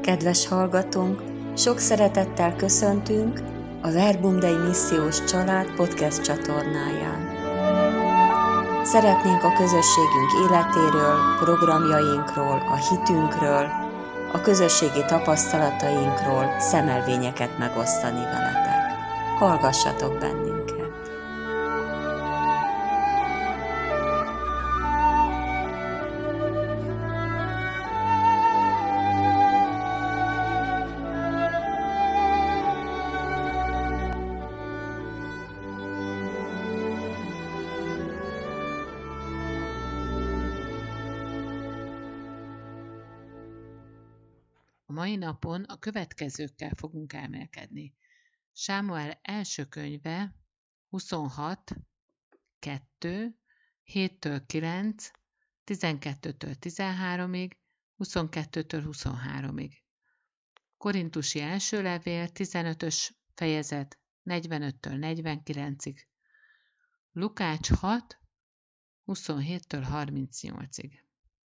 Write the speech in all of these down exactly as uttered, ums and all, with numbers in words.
Kedves hallgatónk, sok szeretettel köszöntünk a Verbum Dei Missziós Család podcast csatornáján. Szeretnénk a közösségünk életéről, programjainkról, a hitünkről, a közösségi tapasztalatainkról szemelvényeket megosztani veletek. Hallgassatok bennünket! A mai napon a következőkkel fogunk elmélkedni. Sámuel első könyve huszonhat, kettő, héttől kilenc, tizenkettőtől tizenháromig, huszonkettőtől huszonháromig. Korintusi első levél, tizenötös fejezet, negyvenöttől negyvenkilencig. Lukács hat, huszonhéttől harmincnyolcig.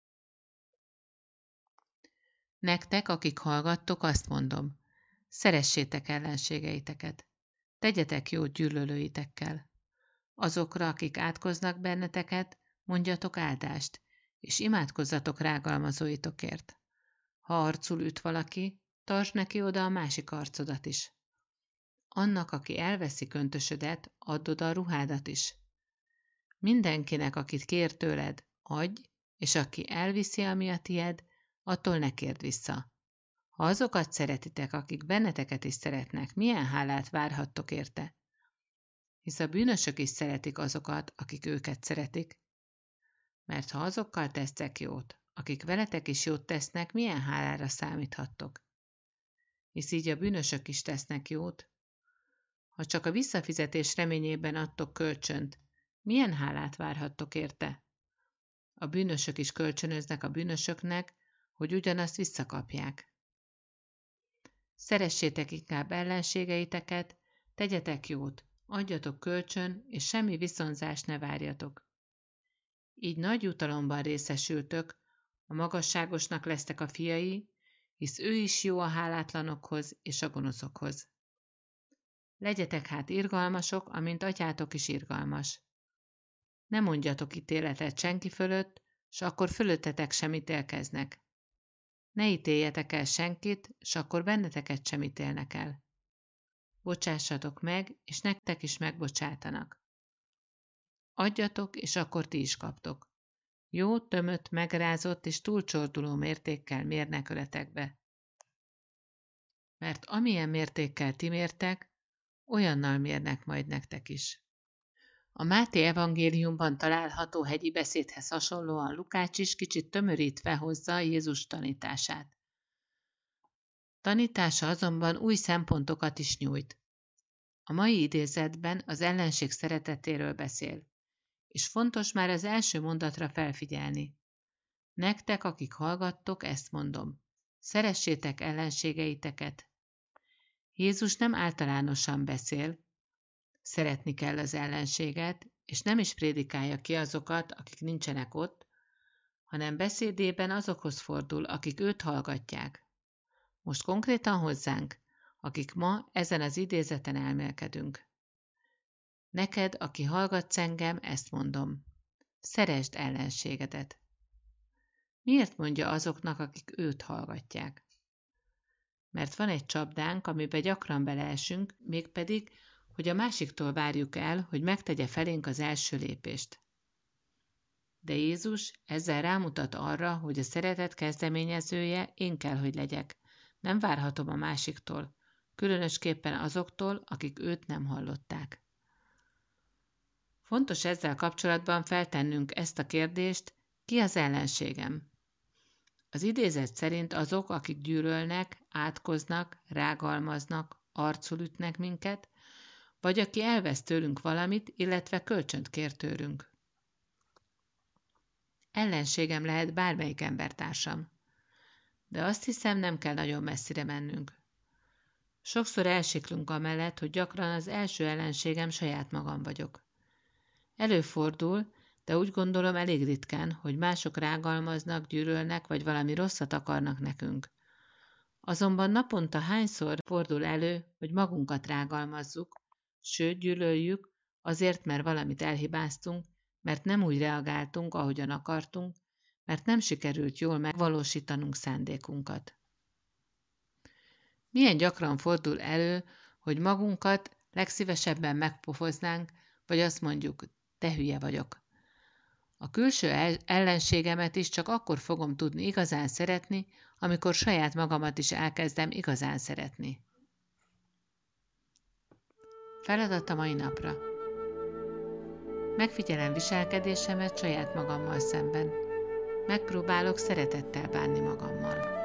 Nektek, akik hallgattok, azt mondom, szeressétek ellenségeiteket, tegyetek jót gyűlölőitekkel. Azokra, akik átkoznak benneteket, mondjatok áldást, és imádkozzatok rágalmazóitokért. Ha arcul üt valaki, tartsd neki oda a másik arcodat is. Annak, aki elveszi köntösödet, add oda a ruhádat is. Mindenkinek, akit kér tőled, adj, és aki elviszi, ami a tied, attól ne kérd vissza. Ha azokat szeretitek, akik benneteket is szeretnek, milyen hálát várhattok érte? Hisz a bűnösök is szeretik azokat, akik őket szeretik. Mert ha azokkal tesztek jót, akik veletek is jót tesznek, milyen hálára számíthattok? Hisz így a bűnösök is tesznek jót. Ha csak a visszafizetés reményében adtok kölcsönt, milyen hálát várhattok érte? A bűnösök is kölcsönöznek a bűnösöknek, hogy ugyanazt visszakapják. Szeressétek inkább ellenségeiteket, tegyetek jót, adjatok kölcsön, és semmi viszonzást ne várjatok. Így nagy jutalomban részesültök, a magasságosnak lesztek a fiai, hisz ő is jó a hálátlanokhoz és a gonoszokhoz. Legyetek hát irgalmasok, amint atyátok is irgalmas. Ne mondjatok ítéletet senki fölött, s akkor fölöttetek sem ítélkeznek. Ne ítéljetek el senkit, s akkor benneteket sem ítélnek el. Bocsássatok meg, és nektek is megbocsátanak. Adjatok, és akkor ti is kaptok. Jó, tömött, megrázott és túlcsorduló mértékkel mérnek öletekbe. Mert amilyen mértékkel ti mértek, olyannal mérnek majd nektek is. A Máté evangéliumban található hegyi beszédhez hasonlóan Lukács is kicsit tömörítve hozza Jézus tanítását. Tanítása azonban új szempontokat is nyújt. A mai idézetben az ellenség szeretetéről beszél, és fontos már az első mondatra felfigyelni. Nektek, akik hallgattok, ezt mondom. Szeressétek ellenségeiteket. Jézus nem általánosan beszél, szeretni kell az ellenséget, és nem is prédikálja ki azokat, akik nincsenek ott, hanem beszédében azokhoz fordul, akik őt hallgatják. Most konkrétan hozzánk, akik ma ezen az idézeten elmélkedünk. Neked, aki hallgatsz engem, ezt mondom. Szeresd ellenségedet. Miért mondja azoknak, akik őt hallgatják? Mert van egy csapdánk, amiben gyakran beleesünk, mégpedig, hogy a másiktól várjuk el, hogy megtegye felénk az első lépést. De Jézus ezzel rámutat arra, hogy a szeretet kezdeményezője én kell, hogy legyek. Nem várhatom a másiktól, különösképpen azoktól, akik őt nem hallották. Fontos ezzel kapcsolatban feltennünk ezt a kérdést, ki az ellenségem? Az idézet szerint azok, akik gyűlölnek, átkoznak, rágalmaznak, arcul ütnek minket, vagy aki elvesz tőlünk valamit, illetve kölcsönt kér tőlünk. Ellenségem lehet bármelyik embertársam. De azt hiszem, nem kell nagyon messzire mennünk. Sokszor elsiklunk amellett, hogy gyakran az első ellenségem saját magam vagyok. Előfordul, de úgy gondolom elég ritkán, hogy mások rágalmaznak, gyűlölnek, vagy valami rosszat akarnak nekünk. Azonban naponta hányszor fordul elő, hogy magunkat rágalmazzuk, sőt gyűlöljük, azért, mert valamit elhibáztunk, mert nem úgy reagáltunk, ahogyan akartunk, mert nem sikerült jól megvalósítanunk szándékunkat. Milyen gyakran fordul elő, hogy magunkat legszívesebben megpofoznánk, vagy azt mondjuk, te hülye vagyok. A külső ellenségemet is csak akkor fogom tudni igazán szeretni, amikor saját magamat is elkezdem igazán szeretni. Feladat a mai napra. Megfigyelem viselkedésemet saját magammal szemben. Megpróbálok szeretettel bánni magammal.